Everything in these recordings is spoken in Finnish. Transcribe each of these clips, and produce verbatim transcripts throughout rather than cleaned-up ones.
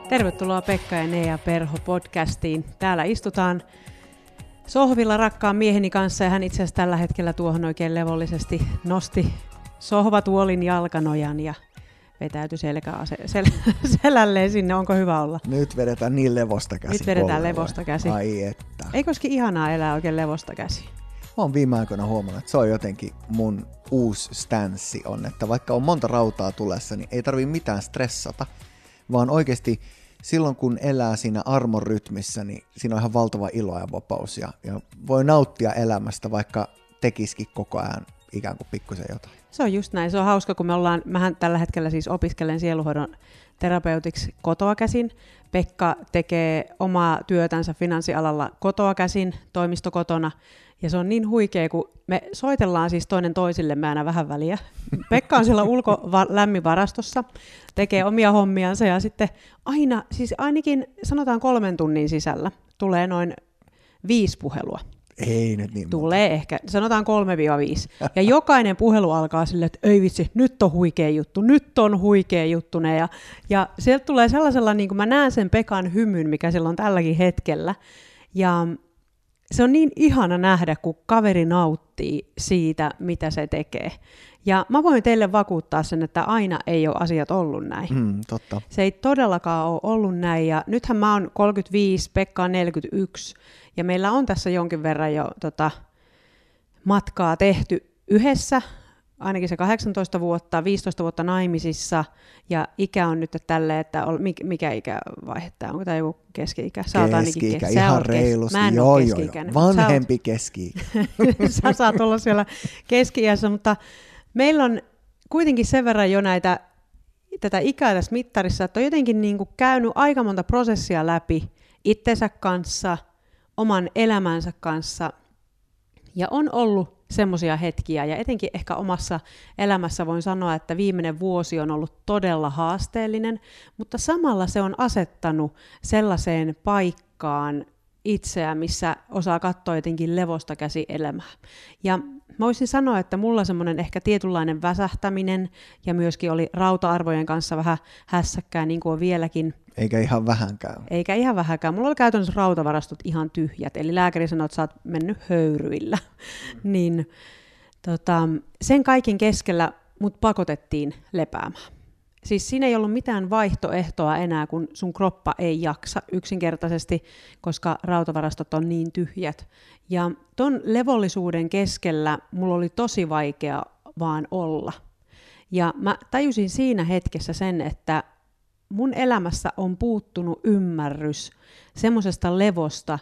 Tervetuloa Pekka ja Nea Perho podcastiin. Täällä istutaan sohvilla rakkaan mieheni kanssa ja hän itse asiassa tällä hetkellä tuohon oikein levollisesti nosti sohvatuolin jalkanojan ja vetäytyi selkä sel, selälleen sinne. Onko hyvä olla? Nyt vedetään niin levosta käsi. Nyt vedetään levosta käsi. Ai että. Eikö olisikin ihanaa elää oikein levosta käsi? Mä oon viime aikoina huomannut, että se on jotenkin mun uusi stanssi on, että vaikka on monta rautaa tulessa, niin ei tarvii mitään stressata, vaan oikeasti silloin kun elää siinä armon rytmissä, niin siinä on ihan valtava ilo ja vapaus ja, ja voi nauttia elämästä, vaikka tekisikin koko ajan ikään kuin pikkusen jotain. Se on just näin. Se on hauska, kun me ollaan, mähän tällä hetkellä siis opiskelen sielunhoidon terapeutiksi kotoa käsin. Pekka tekee omaa työtänsä finanssialalla kotoa käsin, toimistokotona. Ja se on niin huikea, kun me soitellaan siis toinen toisillemme aina vähän väliä. Pekka on siellä ulkolämminvarastossa, tekee omia hommiansa ja sitten aina, siis ainakin sanotaan kolmen tunnin sisällä tulee noin viisi puhelua. Ei nyt niin Tulee monta. Ehkä, sanotaan kolme viisi. Ja jokainen puhelu alkaa silleen, että ei vitsi, nyt on huikea juttu, nyt on huikea juttune. Ja, ja sieltä tulee sellaisella, niin kuin mä näen sen Pekan hymyn, mikä sillä on tälläkin hetkellä. Ja se on niin ihana nähdä, kun kaveri nauttii siitä, mitä se tekee. Ja mä voin teille vakuuttaa sen, että aina ei ole asiat ollut näin. Mm, totta. Se ei todellakaan ole ollut näin. Ja nythän mä oon kolmekymmentäviisi, Pekka on neljäkymmentäyksi. Ja meillä on tässä jonkin verran jo tota, matkaa tehty yhdessä. Ainakin se kahdeksantoista vuotta, viisitoista vuotta naimisissa. Ja ikä on nyt tälleen, että ol, mikä ikävaihe tämä on? Onko tämä joku keski-ikä? Sä oot ainakin keski-ikä, kes- ihan reilusti. Mä en joo, ole keski-ikäinen. Vanhempi oot... keski-ikä. Sä saat olla siellä keski-iässä, mutta meillä on kuitenkin sen verran jo näitä, tätä ikää tässä mittarissa, että on jotenkin niin kuin käynyt aika monta prosessia läpi itsensä kanssa, oman elämänsä kanssa, ja on ollut semmoisia hetkiä, ja etenkin ehkä omassa elämässä voin sanoa, että viimeinen vuosi on ollut todella haasteellinen, mutta samalla se on asettanut sellaiseen paikkaan itseä, missä osaa katsoa jotenkin levosta käsi elämää. Ja mä voisin sanoa, että mulla semmoinen ehkä tietynlainen väsähtäminen, ja myöskin oli rauta-arvojen kanssa vähän hässäkkää, niin kuin on vieläkin. Eikä ihan vähänkään. Eikä ihan vähänkään. Mulla oli käytännössä rautavarastot ihan tyhjät, eli lääkäri sanoi, että sä oot mennyt höyryillä. Mm. niin, tota, sen kaiken keskellä mut pakotettiin lepäämään. Siis siinä ei ollut mitään vaihtoehtoa enää, kun sun kroppa ei jaksa yksinkertaisesti, koska rautavarastot on niin tyhjät. Ja ton levollisuuden keskellä mulla oli tosi vaikea vaan olla. Ja mä tajusin siinä hetkessä sen, että mun elämässä on puuttunut ymmärrys semmoisesta levosta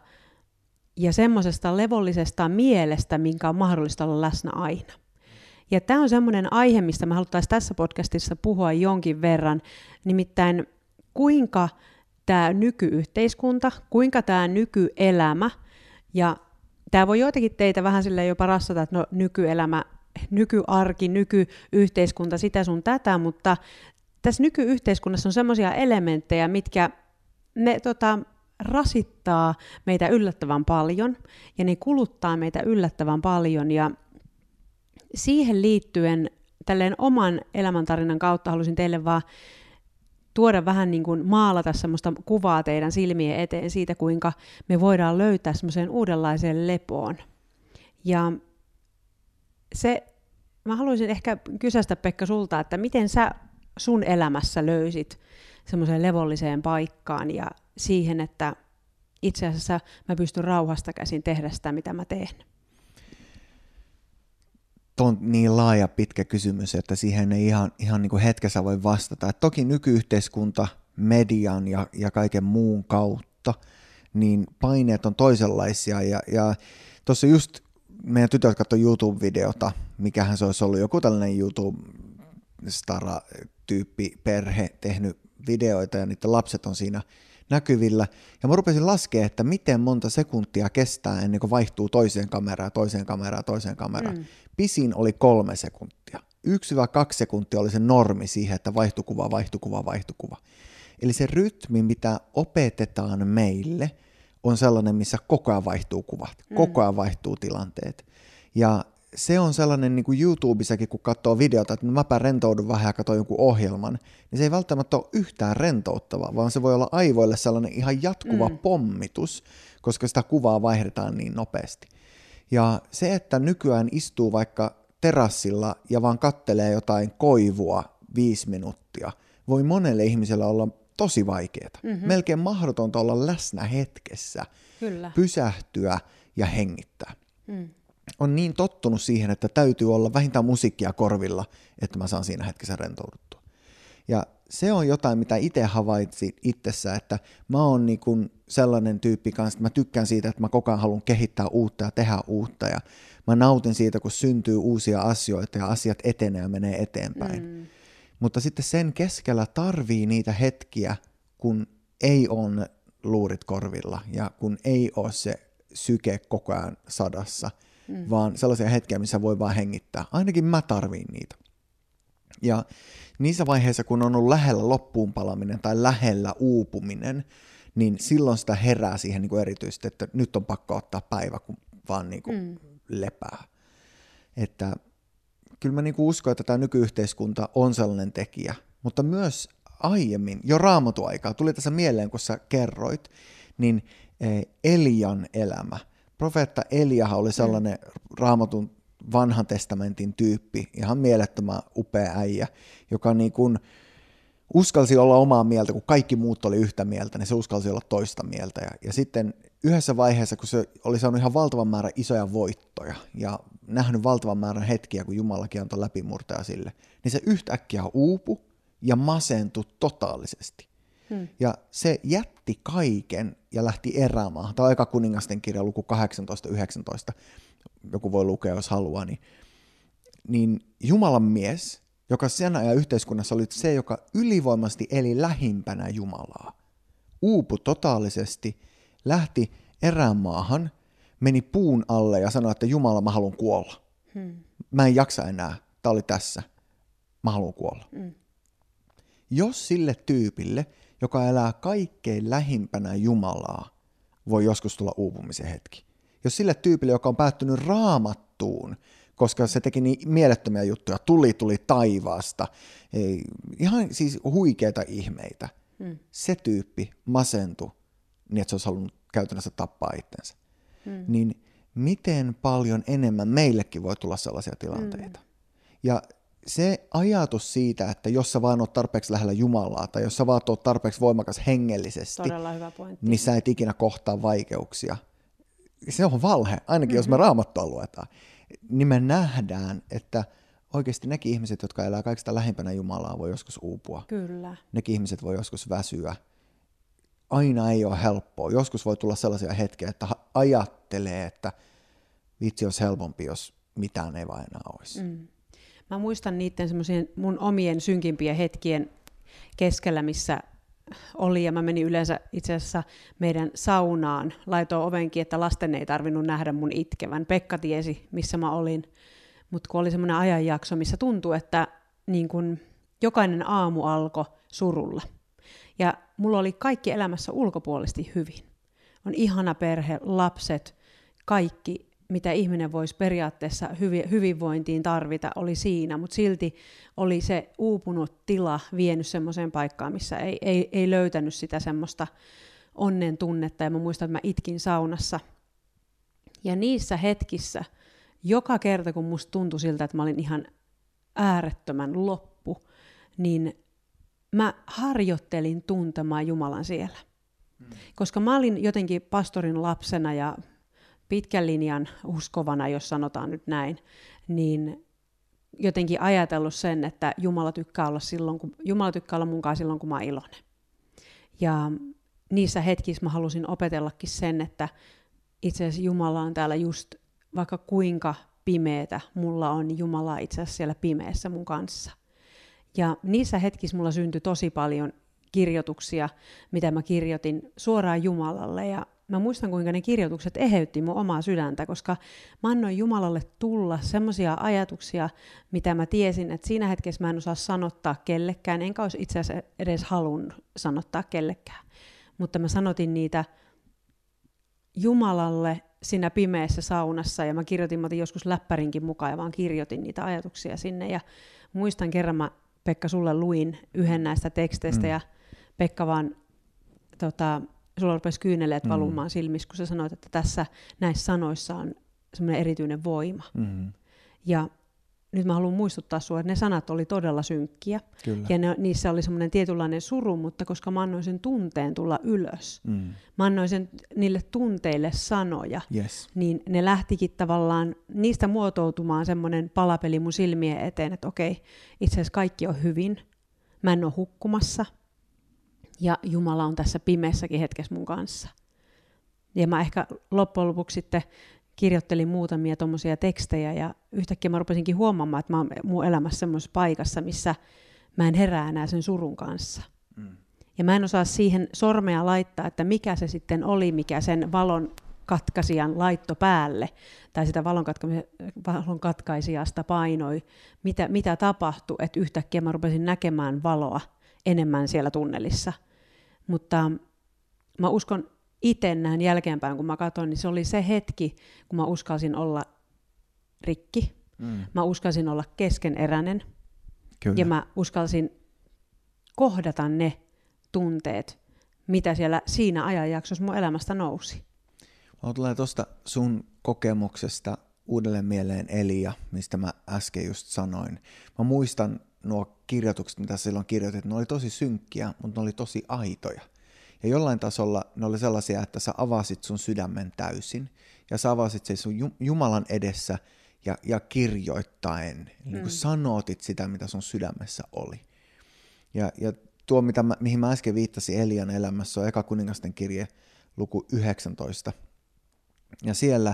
ja semmoisesta levollisesta mielestä, minkä on mahdollista olla läsnä aina. Ja tämä on semmoinen aihe, mistä me haluttaisiin tässä podcastissa puhua jonkin verran, nimittäin kuinka tämä nykyyhteiskunta, kuinka tämä nykyelämä, ja tämä voi joitakin teitä vähän silleen jopa rassata, että no nykyelämä, nykyarki, nykyyhteiskunta, sitä sun tätä, mutta tässä nykyyhteiskunnassa on semmoisia elementtejä, mitkä ne tota, rasittaa meitä yllättävän paljon, ja ne kuluttaa meitä yllättävän paljon, ja siihen liittyen tälleen oman elämäntarinan kautta halusin teille vaan tuoda vähän niin kuin maalata semmoista kuvaa teidän silmien eteen siitä, kuinka me voidaan löytää semmoiseen uudenlaiseen lepoon. Ja se, mä haluaisin ehkä kysästä Pekka sulta, että miten sä sun elämässä löysit semmoiseen levolliseen paikkaan ja siihen, että itse asiassa mä pystyn rauhasta käsin tehdä sitä, mitä mä teen. Tuo on niin laaja pitkä kysymys, että siihen ei ihan, ihan niin kuin hetkessä voi vastata. Et toki nykyyhteiskunta, median ja, ja kaiken muun kautta, niin paineet on toisenlaisia. Ja, ja tuossa just meidän tytöt katsoi YouTube-videota, mikähän se olisi ollut, joku tällainen YouTube-stara-tyyppi perhe tehnyt videoita ja niiden lapset on siinä näkyvillä. Ja mä rupesin laskemaan, että miten monta sekuntia kestää ennen kuin vaihtuu toiseen kameraan, toiseen kameraan, toiseen kameraan. Mm. Pisin oli kolme sekuntia. Yksi vai kaksi sekuntia oli se normi siihen, että vaihtukuva, vaihtukuva, vaihtukuva. Eli se rytmi, mitä opetetaan meille, on sellainen, missä koko ajan vaihtuu kuvat, mm. koko ajan vaihtuu tilanteet. Ja se on sellainen niin kuin YouTubessakin, kun katsoo videota, että mäpä rentoudun vähän ja katson jonkun ohjelman, niin se ei välttämättä ole yhtään rentouttava, vaan se voi olla aivoille sellainen ihan jatkuva mm. pommitus, koska sitä kuvaa vaihdetaan niin nopeasti. Ja se, että nykyään istuu vaikka terassilla ja vaan kattelee jotain koivua viisi minuuttia, voi monelle ihmiselle olla tosi vaikeaa. Mm-hmm. Melkein mahdotonta olla läsnä hetkessä, Kyllä. pysähtyä ja hengittää. Mm. On niin tottunut siihen, että täytyy olla vähintään musiikkia korvilla, että mä saan siinä hetkessä rentouduttua. Ja se on jotain, mitä itse havaitsin itsessä, että mä oon niin kuin sellainen tyyppi kanssa, että mä tykkään siitä, että mä koko ajan haluan kehittää uutta ja tehdä uutta. Ja mä nautin siitä, kun syntyy uusia asioita ja asiat etenee ja menee eteenpäin. Mm. Mutta sitten sen keskellä tarvii niitä hetkiä, kun ei ole luurit korvilla ja kun ei ole se syke koko ajan sadassa, mm. vaan sellaisia hetkiä, missä voi vaan hengittää. Ainakin mä tarviin niitä. Ja niissä vaiheissa, kun on ollut lähellä loppuun palaminen tai lähellä uupuminen, niin silloin sitä herää siihen niin kuin erityisesti, että nyt on pakko ottaa päivä, kun vaan niin kuin mm. lepää. Että kyllä mä niin kuin uskon, että tämä nykyyhteiskunta on sellainen tekijä, mutta myös aiemmin, jo Raamatun aikaa, tuli tässä mieleen, kun sä kerroit, niin Elian elämä. Profeetta Eliahan oli sellainen mm. Raamatun vanhan testamentin tyyppi, ihan mielettömän upea äijä, joka niin kuin uskalsi olla omaa mieltä, kun kaikki muut oli yhtä mieltä, niin se uskalsi olla toista mieltä. Ja, ja sitten yhdessä vaiheessa, kun se oli saanut ihan valtavan määrän isoja voittoja ja nähnyt valtavan määrän hetkiä, kun Jumalakin antoi läpimurtaja sille, niin se yhtäkkiä uupui ja masentui totaalisesti. Hmm. Ja se jätti kaiken ja lähti erämään. Tämä on Eka kuningasten kirja, luku kahdeksantoista yhdeksäntoista. Joku voi lukea, jos haluaa. Niin, niin Jumalan mies, joka sen ajan yhteiskunnassa oli se, joka ylivoimasti eli lähimpänä Jumalaa, uupui totaalisesti, lähti erämaahan, meni puun alle ja sanoi, että Jumala, mä haluan kuolla. Hmm. Mä en jaksa enää. Tämä oli tässä. Mä haluan kuolla. Hmm. Jos sille tyypille, joka elää kaikkein lähimpänä Jumalaa, voi joskus tulla uupumisen hetki. Jos sille tyypille, joka on päättynyt Raamattuun, koska se teki niin mielettömiä juttuja, tuli tuli taivaasta, ei, ihan siis huikeita ihmeitä, hmm. se tyyppi masentui niin, että se olisi halunnut käytännössä tappaa itsensä. Hmm. Niin miten paljon enemmän meillekin voi tulla sellaisia tilanteita. Hmm. Ja se ajatus siitä, että jos sä vaan oot tarpeeksi lähellä Jumalaa, tai jos sä vaan oot tarpeeksi voimakas hengellisesti, hyvä niin sä et ikinä kohtaa vaikeuksia. Se on valhe, ainakin mm-hmm. jos me Raamattua luetaan. Niin me nähdään, että oikeasti nekin ihmiset, jotka elää kaikista lähimpänä Jumalaa, voi joskus uupua. Kyllä. Nekin ihmiset voi joskus väsyä. Aina ei ole helppoa. Joskus voi tulla sellaisia hetkiä, että ajattelee, että vitsi olisi helpompi, jos mitään ei vaan enää olisi. Mm. Mä muistan niiden semmoisien mun omien synkimpien hetkien keskellä, missä oli, ja mä menin yleensä itse asiassa meidän saunaan, laitoin ovenkin, että lasten ei tarvinnut nähdä mun itkevän. Pekka tiesi, missä mä olin, mutta kun oli semmoinen ajanjakso, missä tuntui, että niin kun jokainen aamu alkoi surulla. Ja mulla oli kaikki elämässä ulkopuolisesti hyvin. On ihana perhe, lapset, kaikki, mitä ihminen voisi periaatteessa hyvinvointiin tarvita, oli siinä, mutta silti oli se uupunut tila vienyt semmoiseen paikkaan, missä ei, ei, ei löytänyt sitä semmoista onnen tunnetta, ja mä muistan, että mä itkin saunassa. Ja niissä hetkissä, joka kerta kun musta tuntui siltä, että mä olin ihan äärettömän loppu, niin mä harjoittelin tuntemaan Jumalan siellä. Hmm. Koska mä olin jotenkin pastorin lapsena ja pitkän linjan uskovana, jos sanotaan nyt näin, niin jotenkin ajatellut sen, että Jumala tykkää olla, silloin, kun, Jumala tykkää olla munkaan silloin, kun mä oon iloinen. Ja niissä hetkissä mä halusin opetellakin sen, että itse asiassa Jumala on täällä just, vaikka kuinka pimeätä mulla on, niin Jumala on itse asiassa siellä pimeässä mun kanssa. Ja niissä hetkissä mulla syntyi tosi paljon kirjoituksia, mitä mä kirjoitin suoraan Jumalalle, ja mä muistan, kuinka ne kirjoitukset eheytti mun omaa sydäntä, koska mä annoin Jumalalle tulla semmoisia ajatuksia, mitä mä tiesin, että siinä hetkessä mä en osaa sanottaa kellekään, enkä olisi itse asiassa edes halunnut sanottaa kellekään. Mutta mä sanotin niitä Jumalalle siinä pimeässä saunassa, ja mä kirjoitin, mä otin joskus läppärinkin mukaan, ja vaan kirjoitin niitä ajatuksia sinne, ja muistan kerran mä, Pekka, sulle luin yhden näistä teksteistä, mm. ja Pekka vaan, tota, sulla rupesi kyyneleet mm. valumaan silmissä, kun sä sanoit, että tässä näissä sanoissa on semmoinen erityinen voima. Mm. Ja nyt mä haluan muistuttaa sinua, että ne sanat oli todella synkkiä. Kyllä. Ja ne, niissä oli semmoinen tietynlainen suru, mutta koska mä annoin sen tunteen tulla ylös, mm. mä annoin sen, niille tunteille sanoja, yes. niin ne lähtikin tavallaan niistä muotoutumaan semmoinen palapeli mun silmien eteen, että okei, itse asiassa kaikki on hyvin, mä en ole hukkumassa, ja Jumala on tässä pimeässäkin hetkessä mun kanssa. Ja mä ehkä loppujen lopuksi sitten kirjoittelin muutamia tommosia tekstejä, ja yhtäkkiä mä rupesinkin huomaamaan, että mä oon mun elämässä semmoisessa paikassa, missä mä en herää enää sen surun kanssa. Mm. Ja mä en osaa siihen sormea laittaa, että mikä se sitten oli, mikä sen valon katkaisijan laitto päälle, tai sitä valon, katka- valon katkaisijasta painoi, mitä, mitä tapahtui, että yhtäkkiä mä rupesin näkemään valoa enemmän siellä tunnelissa. Mutta mä uskon, itse näin jälkeenpäin, kun mä katsoin, niin se oli se hetki, kun mä uskalsin olla rikki. Mm. Mä uskalsin olla keskeneräinen. Kyllä. Ja mä uskalsin kohdata ne tunteet, mitä siellä siinä ajanjaksossa mun elämästä nousi. Mä tulee tuosta sun kokemuksesta uudelleen mieleen Elia, mistä mä äsken just sanoin. Mä muistan nuo kirjoitukset, mitä silloin kirjoitit, ne oli tosi synkkiä, mutta ne oli tosi aitoja. Ja jollain tasolla ne oli sellaisia, että sä avasit sun sydämen täysin, ja sä avasit sen sun Jumalan edessä, ja, ja kirjoittaen, mm. niin kuin sanotit sitä, mitä sun sydämessä oli. Ja, ja tuo, mitä mä, mihin mä äsken viittasin Elian elämässä, on Eka kuningasten kirje, luku yhdeksäntoista. Ja siellä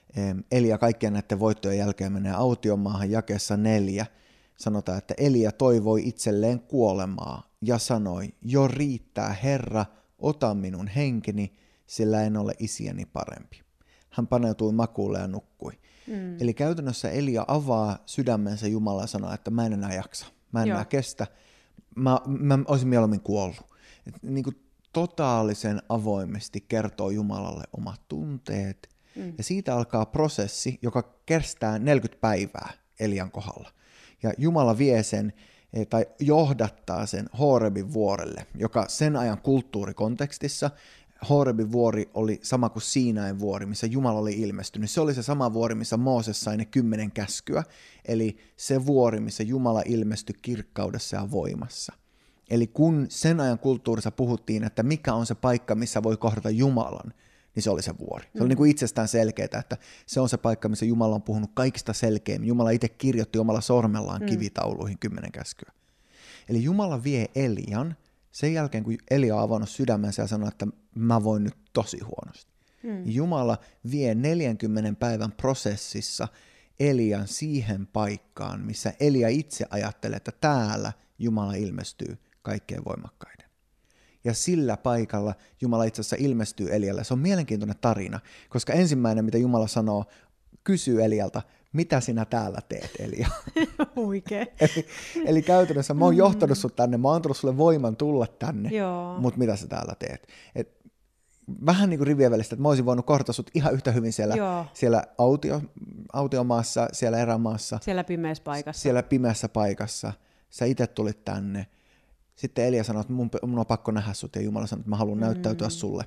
Elia kaikkien näiden voittojen jälkeen menee autiomaahan, jakeessa neljä. Sanotaan, että Elia toivoi itselleen kuolemaa ja sanoi, jo riittää Herra, ota minun henkeni, sillä en ole isiäni parempi. Hän paneutui makuulle ja nukkui. Mm. Eli käytännössä Elia avaa sydämensä Jumalalle ja sanoo, että mä en enää jaksa, mä en Joo. enää kestä, mä, mä olisin mieluummin kuollut. Et niin kuin totaalisen avoimesti kertoo Jumalalle omat tunteet, mm. ja siitä alkaa prosessi, joka kestää neljäkymmentä päivää Elian kohdalla. Ja Jumala vie sen, tai johdattaa sen Horebin vuorelle, joka sen ajan kulttuurikontekstissa, Horebin vuori oli sama kuin Siinain vuori, missä Jumala oli ilmestynyt. Se oli se sama vuori, missä Mooses sai ne kymmenen käskyä, eli se vuori, missä Jumala ilmestyi kirkkaudessa ja voimassa. Eli kun sen ajan kulttuurissa puhuttiin, että mikä on se paikka, missä voi kohdata Jumalan, niin se oli se vuori. Se oli niin kuin itsestään selkeää, että se on se paikka, missä Jumala on puhunut kaikista selkeämmin. Jumala itse kirjoitti omalla sormellaan kivitauluihin kymmenen käskyä. Eli Jumala vie Elian sen jälkeen, kun Elia on avannut sydämensä ja sanoi, että mä voin nyt tosi huonosti. Mm. Jumala vie neljänkymmenen päivän prosessissa Elian siihen paikkaan, missä Elia itse ajattelee, että täällä Jumala ilmestyy kaikkein voimakkaiden. Ja sillä paikalla Jumala itse asiassa ilmestyy Elialle. Se on mielenkiintoinen tarina, koska ensimmäinen, mitä Jumala sanoo, kysyy Elialta, mitä sinä täällä teet, Elia? Huikea. eli, eli käytännössä mä oon johtanut sut tänne, mä oon antanut sulle voiman tulla tänne, mutta mitä sä täällä teet? Et, vähän niin kuin rivien välistä, että mä olisin voinut kohdata sut ihan yhtä hyvin siellä, siellä autio, autiomaassa, siellä erämaassa. Siellä pimeässä paikassa. Siellä pimeässä paikassa. Sä itse tulit tänne. Sitten Elia sanoi, että mun, mun on pakko nähdä sut, ja Jumala sanoi, että mä haluan mm. näyttäytyä sulle.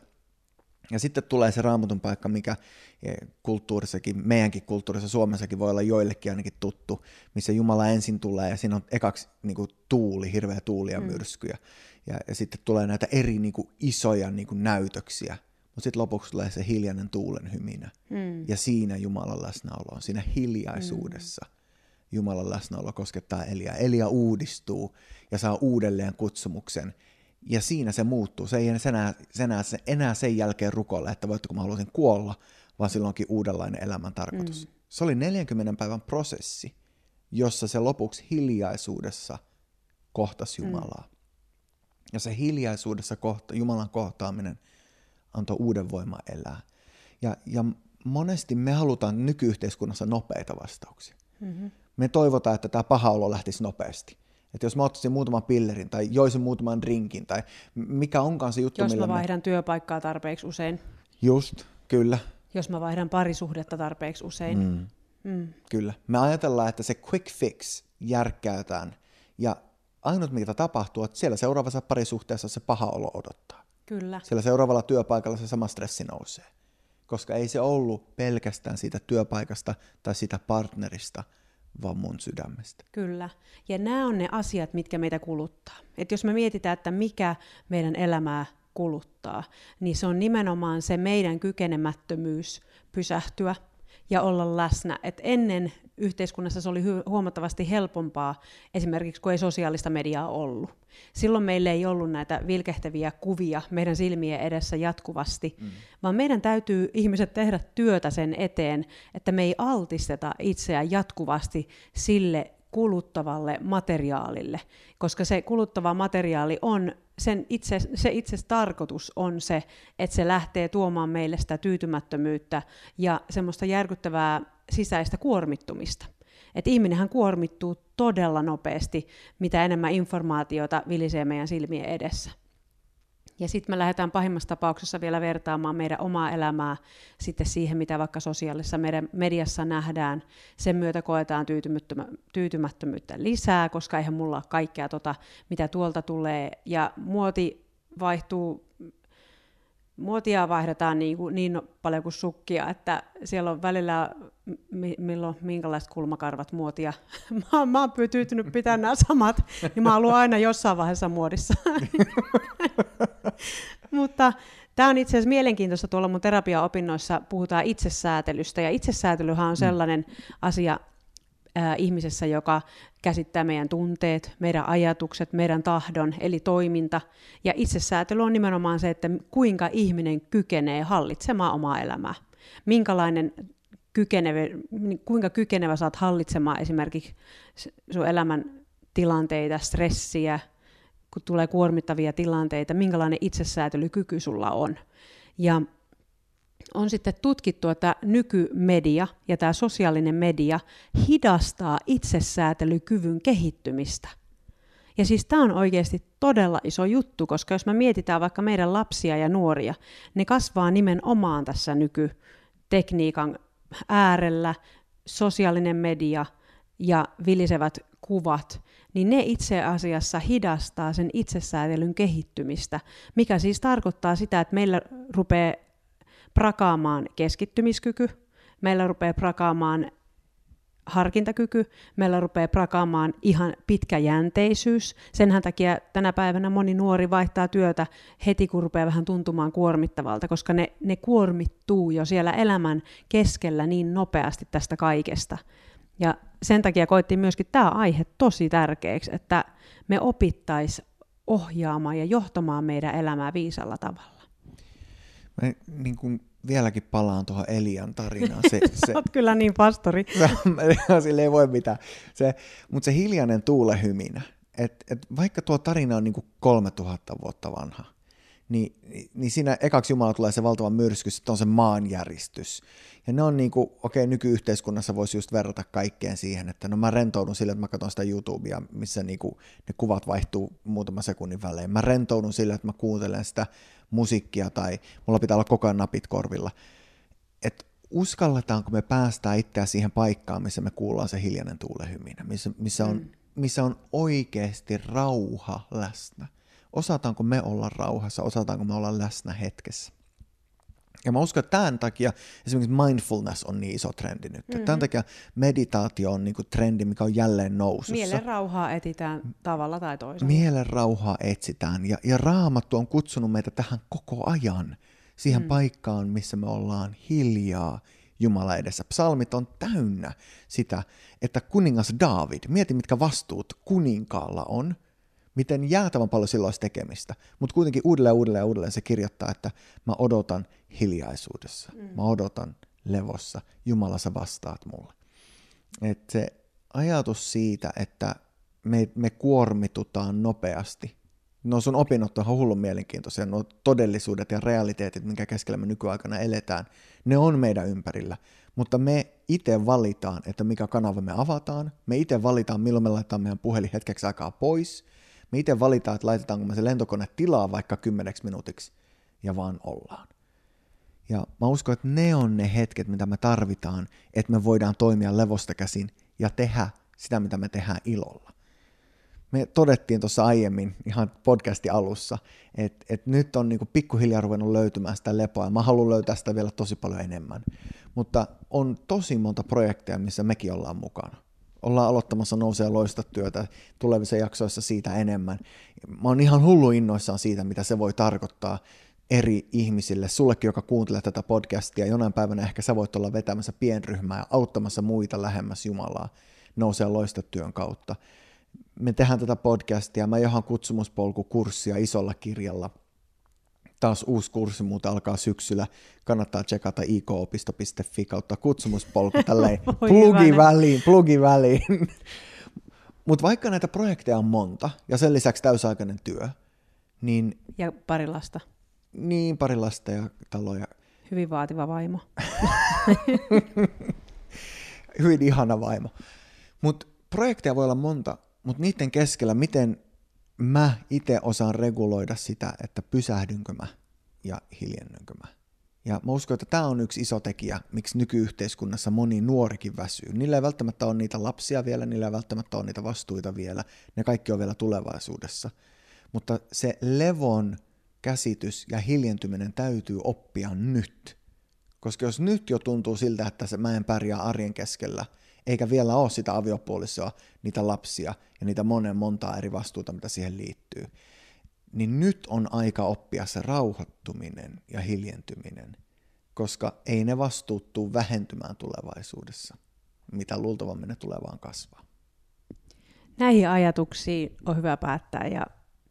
Ja sitten tulee se Raamatun paikka, mikä kulttuurissakin, meidänkin kulttuurissa, Suomessakin voi olla joillekin ainakin tuttu, missä Jumala ensin tulee, ja siinä on ekaksi niin kuin tuuli, hirveä tuuli ja myrskyjä. Mm. Ja, ja sitten tulee näitä eri niin kuin isoja niin kuin näytöksiä, mutta sitten lopuksi tulee se hiljainen tuulen hyminä. Mm. Ja siinä Jumalan läsnäolo on, siinä hiljaisuudessa. Mm. Jumalan läsnäolo koskettaa Eliaa. Elia uudistuu ja saa uudelleen kutsumuksen. Ja siinä se muuttuu. Se ei enää, enää, enää sen jälkeen rukoilla, että voitteko mä haluaisin kuolla, vaan silloinkin uudenlainen elämän tarkoitus. Mm. Se oli neljänkymmenen päivän prosessi, jossa se lopuksi hiljaisuudessa kohtasi Jumalaa. Mm. Ja se hiljaisuudessa kohta, Jumalan kohtaaminen antoi uuden voiman elää. Ja, ja monesti me halutaan nykyyhteiskunnassa nopeita vastauksia. Mm-hmm. Me toivotaan, että tämä paha olo lähtisi nopeasti. Että jos mä ottaisin muutaman pillerin tai joisin muutaman drinkin tai mikä onkaan se juttu, jos millä mä vaihdan me... työpaikkaa tarpeeksi usein. Just, kyllä. Jos mä vaihdan parisuhdetta tarpeeksi usein. Mm. Mm. Kyllä. Me ajatellaan, että se quick fix järkkäätään ja ainut mitä tapahtuu, että siellä seuraavassa parisuhteessa se paha olo odottaa. Kyllä. Siellä seuraavalla työpaikalla se sama stressi nousee. Koska ei se ollut pelkästään siitä työpaikasta tai siitä partnerista, vaan mun sydämestä. Kyllä. Ja nämä on ne asiat, mitkä meitä kuluttaa. Et jos me mietitään, että mikä meidän elämää kuluttaa, niin se on nimenomaan se meidän kykenemättömyys pysähtyä ja olla läsnä. Et ennen yhteiskunnassa se oli hy- huomattavasti helpompaa, esimerkiksi kun ei sosiaalista mediaa ollut. Silloin meillä ei ollut näitä vilkehtäviä kuvia meidän silmien edessä jatkuvasti, mm. vaan meidän täytyy ihmiset tehdä työtä sen eteen, että me ei altisteta itseä jatkuvasti sille kuluttavalle materiaalille, koska se kuluttava materiaali on, sen itse, se itse tarkoitus on se, että se lähtee tuomaan meille sitä tyytymättömyyttä ja semmoista järkyttävää sisäistä kuormittumista. Et ihminenhän kuormittuu todella nopeasti, mitä enemmän informaatiota vilisee meidän silmien edessä. Ja sitten me lähdetään pahimmassa tapauksessa vielä vertaamaan meidän omaa elämää sitten siihen, mitä vaikka sosiaalisessa mediassa nähdään. Sen myötä koetaan tyytymättömyyttä lisää, koska eihän mulla ole kaikkea tota, mitä tuolta tulee. Ja muoti vaihtuu, muotia vaihdetaan niin, kuin, niin paljon kuin sukkia, että siellä on välillä milloin minkälaiset kulmakarvat muotia. Mä, mä oon tyytynyt pitää nämä samat, niin mä oon ollut aina jossain vaiheessa muodissa. Mutta tämä on itse asiassa mielenkiintoista, tuolla mun terapiaopinnoissa puhutaan itsesäätelystä, ja itsesäätelyhän on sellainen asia ää, ihmisessä, joka käsittää meidän tunteet, meidän ajatukset, meidän tahdon, eli toiminta, ja itsesäätely on nimenomaan se, että kuinka ihminen kykenee hallitsemaan omaa elämää. Minkälainen kykenevä, kuinka kykenevä sä oot hallitsemaan esimerkiksi sun elämän tilanteita, stressiä, kun tulee kuormittavia tilanteita, minkälainen itsesäätelykyky sulla on. Ja on sitten tutkittu, että nykymedia ja tämä sosiaalinen media hidastaa itsesäätelykyvyn kehittymistä. Ja siis tämä on oikeasti todella iso juttu, koska jos me mietitään vaikka meidän lapsia ja nuoria, ne kasvaa nimenomaan tässä nykytekniikan äärellä, sosiaalinen media ja vilisevät kuvat, niin ne itse asiassa hidastaa sen itsesäätelyn kehittymistä, mikä siis tarkoittaa sitä, että meillä rupeaa prakaamaan keskittymiskyky, meillä rupeaa prakaamaan harkintakyky, meillä rupeaa prakaamaan ihan pitkäjänteisyys. Senhän takia tänä päivänä moni nuori vaihtaa työtä heti, kun rupeaa vähän tuntumaan kuormittavalta, koska ne, ne kuormittuu jo siellä elämän keskellä niin nopeasti tästä kaikesta. Ja sen takia koettiin myöskin tämä aihe tosi tärkeäksi, että me opittaisiin ohjaamaan ja johtamaan meidän elämää viisalla tavalla. Mä niin kuin vieläkin palaan tuohon Elian tarinaan. Se, se, Olet kyllä niin pastori. Sille ei voi mitään. Se, mutta se hiljainen tuulehyminä, että et vaikka tuo tarina on niin kuin kolmetuhatta vuotta vanha, niin, niin siinä ekaksi Jumala tulee se valtava myrsky, sitten on se maanjäristys. Ja ne on niin kuin, okei, nykyyhteiskunnassa voisi just verrata kaikkeen siihen, että no mä rentoudun sille, että mä katson sitä YouTubea, missä niin kuin ne kuvat vaihtuu muutaman sekunnin välein. Mä rentoudun sille, että mä kuuntelen sitä musiikkia tai mulla pitää olla koko ajan napit korvilla. Että uskalletaanko me päästään itseä siihen paikkaan, missä me kuullaan se hiljainen tuulehyminä, missä, missä, on, mm. missä on oikeasti rauha läsnä. Osataanko me olla rauhassa, osataanko me olla läsnä hetkessä. Ja mä uskon, että tämän takia esimerkiksi mindfulness on niin iso trendi nyt. Mm-hmm. Tämän takia meditaatio on niin kuin trendi, mikä on jälleen nousussa. Mielen rauhaa etsitään tavalla tai toisella. Mielen rauhaa etsitään. Ja, ja Raamattu on kutsunut meitä tähän koko ajan. Siihen mm. paikkaan, missä me ollaan hiljaa Jumala edessä. Psalmit on täynnä sitä, että kuningas Daavid, mieti mitkä vastuut kuninkaalla on, miten jäätävän paljon silloin olisi tekemistä, mutta kuitenkin uudelleen uudelleen ja uudelleen se kirjoittaa, että mä odotan hiljaisuudessa, mm. mä odotan levossa, Jumala sä vastaat mulle. Et se ajatus siitä, että me, me kuormitutaan nopeasti, no sun opinnot on hullun mielenkiintoisia, nuo todellisuudet ja realiteetit, minkä keskellä me nykyaikana eletään, ne on meidän ympärillä, mutta me itse valitaan, että mikä kanava me avataan, me itse valitaan, milloin me laitetaan meidän puhelin hetkeksi aikaa pois, me itse valitaan, että laitetaanko me se lentokone tilaa vaikka kymmeneksi minuutiksi, ja vaan ollaan. Ja mä uskon, että ne on ne hetket, mitä me tarvitaan, että me voidaan toimia levosta käsin ja tehdä sitä, mitä me tehdään ilolla. Me todettiin tuossa aiemmin ihan podcastin alussa, että, että nyt on niin kuin pikkuhiljaa ruvennut löytymään sitä lepoa, ja mä haluan löytää sitä vielä tosi paljon enemmän. Mutta on tosi monta projekteja, missä mekin ollaan mukana. Ollaan aloittamassa Nousee loista työtä tulevissa jaksoissa siitä enemmän. Mä oon ihan hullu innoissaan siitä, mitä se voi tarkoittaa eri ihmisille. Sullekin, joka kuuntelee tätä podcastia, jonain päivänä ehkä sä voit olla vetämässä pienryhmää ja auttamassa muita lähemmäs Jumalaa Nousee loista työn kautta. Me tehdään tätä podcastia, mä johan kutsumuspolkukurssia isolla kirjalla. Taas uusi kurssi muuten alkaa syksyllä. Kannattaa tsekata i k opisto piste f i kautta kutsumuspolku, tälleen plugi väliin, plugi väliin. Mutta vaikka näitä projekteja on monta, ja sen lisäksi täysaikainen työ, niin... Ja pari lasta. Niin, pari lasta ja taloja. Hyvin vaativa vaimo. Hyvin ihana vaimo. Mutta projekteja voi olla monta, mutta niiden keskellä, miten mä itse osaan reguloida sitä, että pysähdynkö mä ja hiljennynkö mä. Ja mä uskon, että tämä on yksi iso tekijä, miksi nykyyhteiskunnassa moni nuorikin väsyy. Niillä ei välttämättä ole niitä lapsia vielä, niillä ei välttämättä ole niitä vastuita vielä, ne kaikki on vielä tulevaisuudessa. Mutta se levon käsitys ja hiljentyminen täytyy oppia nyt. Koska jos nyt jo tuntuu siltä, että se mä en pärjää arjen keskellä, eikä vielä ole sitä aviopuolisoa, niitä lapsia ja niitä monen montaa eri vastuuta, mitä siihen liittyy, niin nyt on aika oppia se rauhoittuminen ja hiljentyminen, koska ei ne vastuut tule vähentymään tulevaisuudessa, mitä luultavammin ne tulee vaan kasvaa. Näihin ajatuksiin on hyvä päättää. Ja...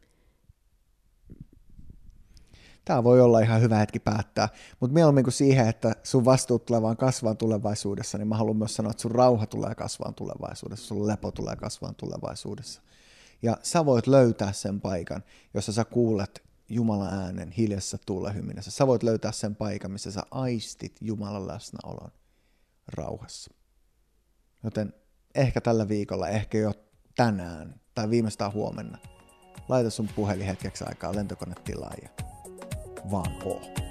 Tämä voi olla ihan hyvä hetki päättää, mutta mieluummin kuin siihen, että sun vastuut tulee vaan kasvaan tulevaisuudessa, niin mä haluan myös sanoa, että sun rauha tulee kasvaan tulevaisuudessa, sun lepo tulee kasvaan tulevaisuudessa. Ja sä voit löytää sen paikan, jossa sä kuulet Jumalan äänen hiljaisessa tuulenhyminässä. Sä voit löytää sen paikan, missä sä aistit Jumalan läsnäolon rauhassa. Joten ehkä tällä viikolla, ehkä jo tänään tai viimeistään huomenna, laita sun puhelin hetkeksi aikaa lentokonetilaan ja vaan oo.